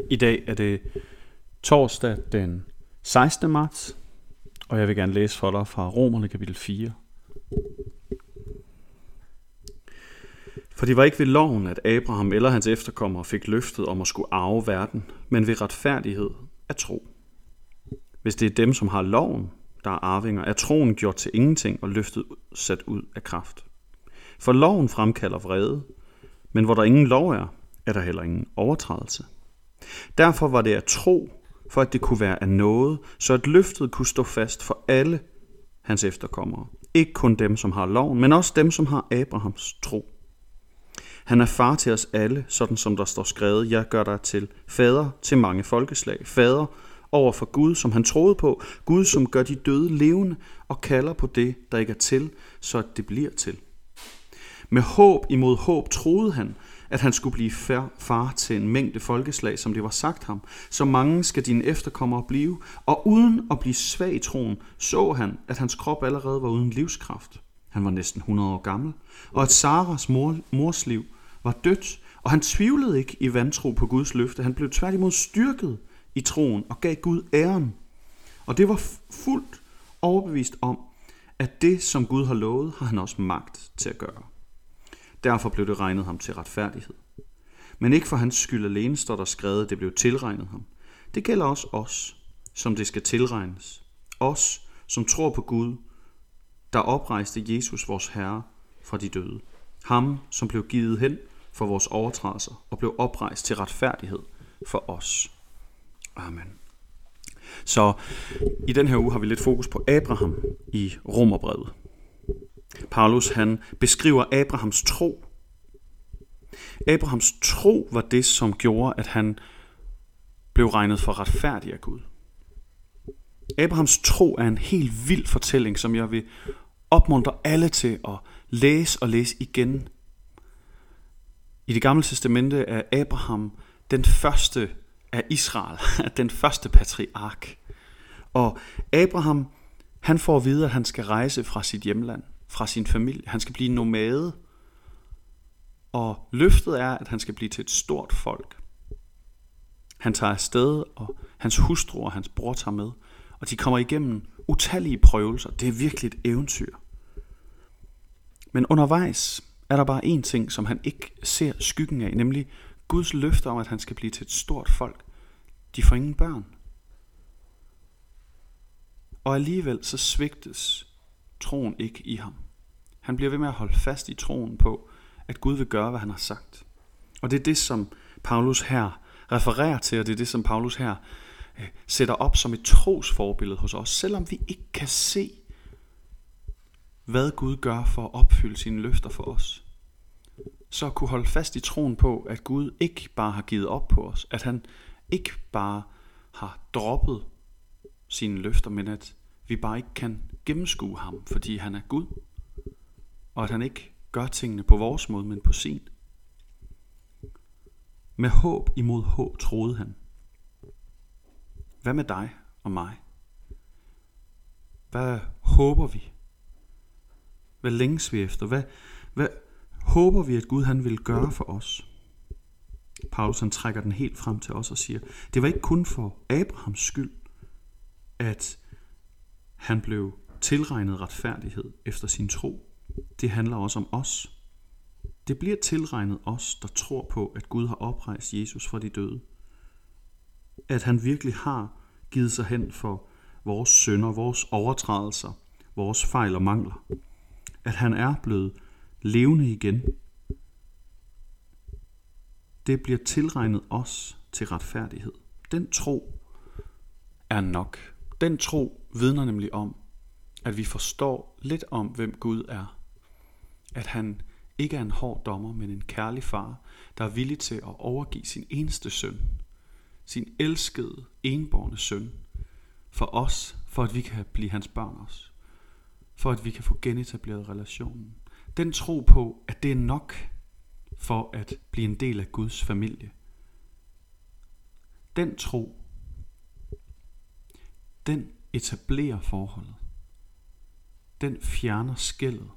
I dag er det torsdag den 16. marts, og jeg vil gerne læse for dig fra Romerne kapitel 4. For det var ikke ved loven, at Abraham eller hans efterkommere fik løftet om at skulle arve verden, men ved retfærdighed af tro. Hvis det er dem, som har loven, der er arvinger, er troen gjort til ingenting og løftet sat ud af kraft. For loven fremkalder vrede, men hvor der ingen lov er, er der heller ingen overtrædelse. Derfor var det at tro, for at det kunne være af nåde, så at løftet kunne stå fast for alle hans efterkommere. Ikke kun dem, som har loven, men også dem, som har Abrahams tro. Han er far til os alle, sådan som der står skrevet, jeg gør dig til fader til mange folkeslag. Fader over for Gud, som han troede på. Gud, som gør de døde levende og kalder på det, der ikke er til, så at det bliver til. Med håb imod håb troede han, at han skulle blive far til en mængde folkeslag, som det var sagt ham. Så mange skal dine efterkommere blive, og uden at blive svag i troen, så han, at hans krop allerede var uden livskraft. Han var næsten 100 år gammel, og at Saras mors liv var dødt, og han tvivlede ikke i vantro på Guds løfte. Han blev tværtimod styrket i troen og gav Gud æren. Og det var fuldt overbevist om, at det, som Gud har lovet, har han også magt til at gøre. Derfor blev det regnet ham til retfærdighed. Men ikke for hans skyld alene står der skrevet, at det blev tilregnet ham. Det gælder også os, som det skal tilregnes. Os, som tror på Gud, der oprejste Jesus, vores Herre, fra de døde. Ham, som blev givet hen for vores overtrædelser og blev oprejst til retfærdighed for os. Amen. Så i den her uge har vi lidt fokus på Abraham i Romerbrevet. Paulus han beskriver Abrahams tro. Abrahams tro var det, som gjorde, at han blev regnet for retfærdig af Gud. Abrahams tro er en helt vild fortælling, som jeg vil opmuntre alle til at læse og læse igen. I Det Gamle Testamente er Abraham den første af Israel, den første patriark. Og Abraham, han får at vide, at han skal rejse fra sit hjemland, fra sin familie. Han skal blive nomade. Og løftet er, at han skal blive til et stort folk. Han tager afsted, og hans hustru og hans bror tager med. Og de kommer igennem utallige prøvelser. Det er virkelig et eventyr. Men undervejs er der bare én ting, som han ikke ser skyggen af, nemlig Guds løfte om, at han skal blive til et stort folk. De får ingen børn. Og alligevel så svigtes troen ikke i ham. Han bliver ved med at holde fast i troen på, at Gud vil gøre, hvad han har sagt. Og det er det, som Paulus her refererer til, og det er det, som Paulus her sætter op som et trosforbillede hos os. Selvom vi ikke kan se, hvad Gud gør for at opfylde sine løfter for os, så at kunne holde fast i troen på, at Gud ikke bare har givet op på os, at han ikke bare har droppet sine løfter, men at vi bare ikke kan gennemskue ham, fordi han er Gud, og at han ikke gør tingene på vores måde, men på sin. Med håb imod håb troede han. Hvad med dig og mig? Hvad håber vi? Hvad længes vi efter? Hvad håber vi, at Gud han vil gøre for os? Paulus han trækker den helt frem til os og siger, det var ikke kun for Abrahams skyld, at han blev tilregnet retfærdighed efter sin tro. Det handler også om os. Det bliver tilregnet os, der tror på, at Gud har oprejst Jesus fra de døde. At han virkelig har givet sig hen for vores synder, vores overtrædelser, vores fejl og mangler. At han er blevet levende igen. Det bliver tilregnet os til retfærdighed. Den tro er nok. Den tro vidner nemlig om, at vi forstår lidt om, hvem Gud er. At han ikke er en hård dommer, men en kærlig far, der er villig til at overgive sin eneste søn, sin elskede, enbårne søn, for os, for at vi kan blive hans børn også. For at vi kan få genetableret relationen. Den tro på, at det er nok for at blive en del af Guds familie. Den tro, den etablerer forholdet. Den fjerner skellet.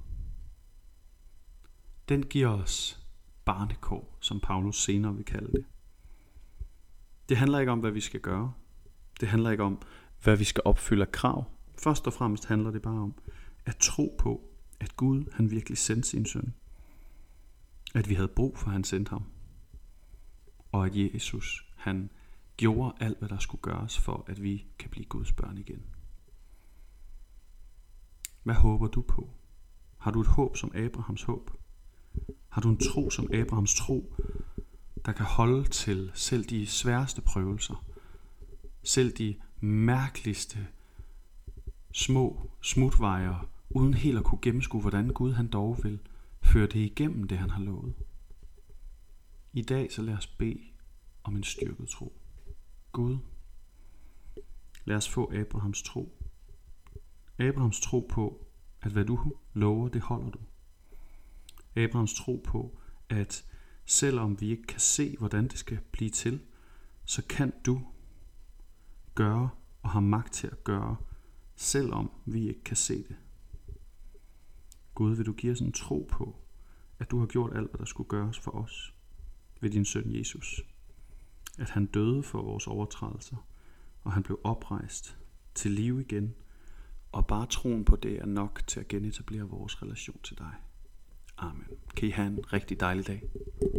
Den giver os barnekår, som Paulus senere vil kalde det. Det handler ikke om, hvad vi skal gøre. Det handler ikke om, hvad vi skal opfylde af krav. Først og fremmest handler det bare om at tro på, at Gud han virkelig sendte sin søn. At vi havde brug for, at han sendte ham. Og at Jesus han gjorde alt, hvad der skulle gøres for, at vi kan blive Guds børn igen. Hvad håber du på? Har du et håb som Abrahams håb? Har du en tro som Abrahams tro, der kan holde til selv de sværeste prøvelser, selv de mærkeligste små smutvejer, uden helt at kunne gennemskue, hvordan Gud han dog vil føre det igennem det, han har lovet? I dag så lad os bede om en styrket tro. Gud, lad os få Abrahams tro. Abrahams tro på, at hvad du lover, det holder du. Abrahams tro på, at selvom vi ikke kan se, hvordan det skal blive til, så kan du gøre og har magt til at gøre, selvom vi ikke kan se det. Gud, vil du give os en tro på, at du har gjort alt, hvad der skulle gøres for os ved din søn Jesus. At han døde for vores overtrædelser, og han blev oprejst til live igen, og bare troen på det er nok til at genetablere vores relation til dig. Amen. Kan I have en rigtig dejlig dag.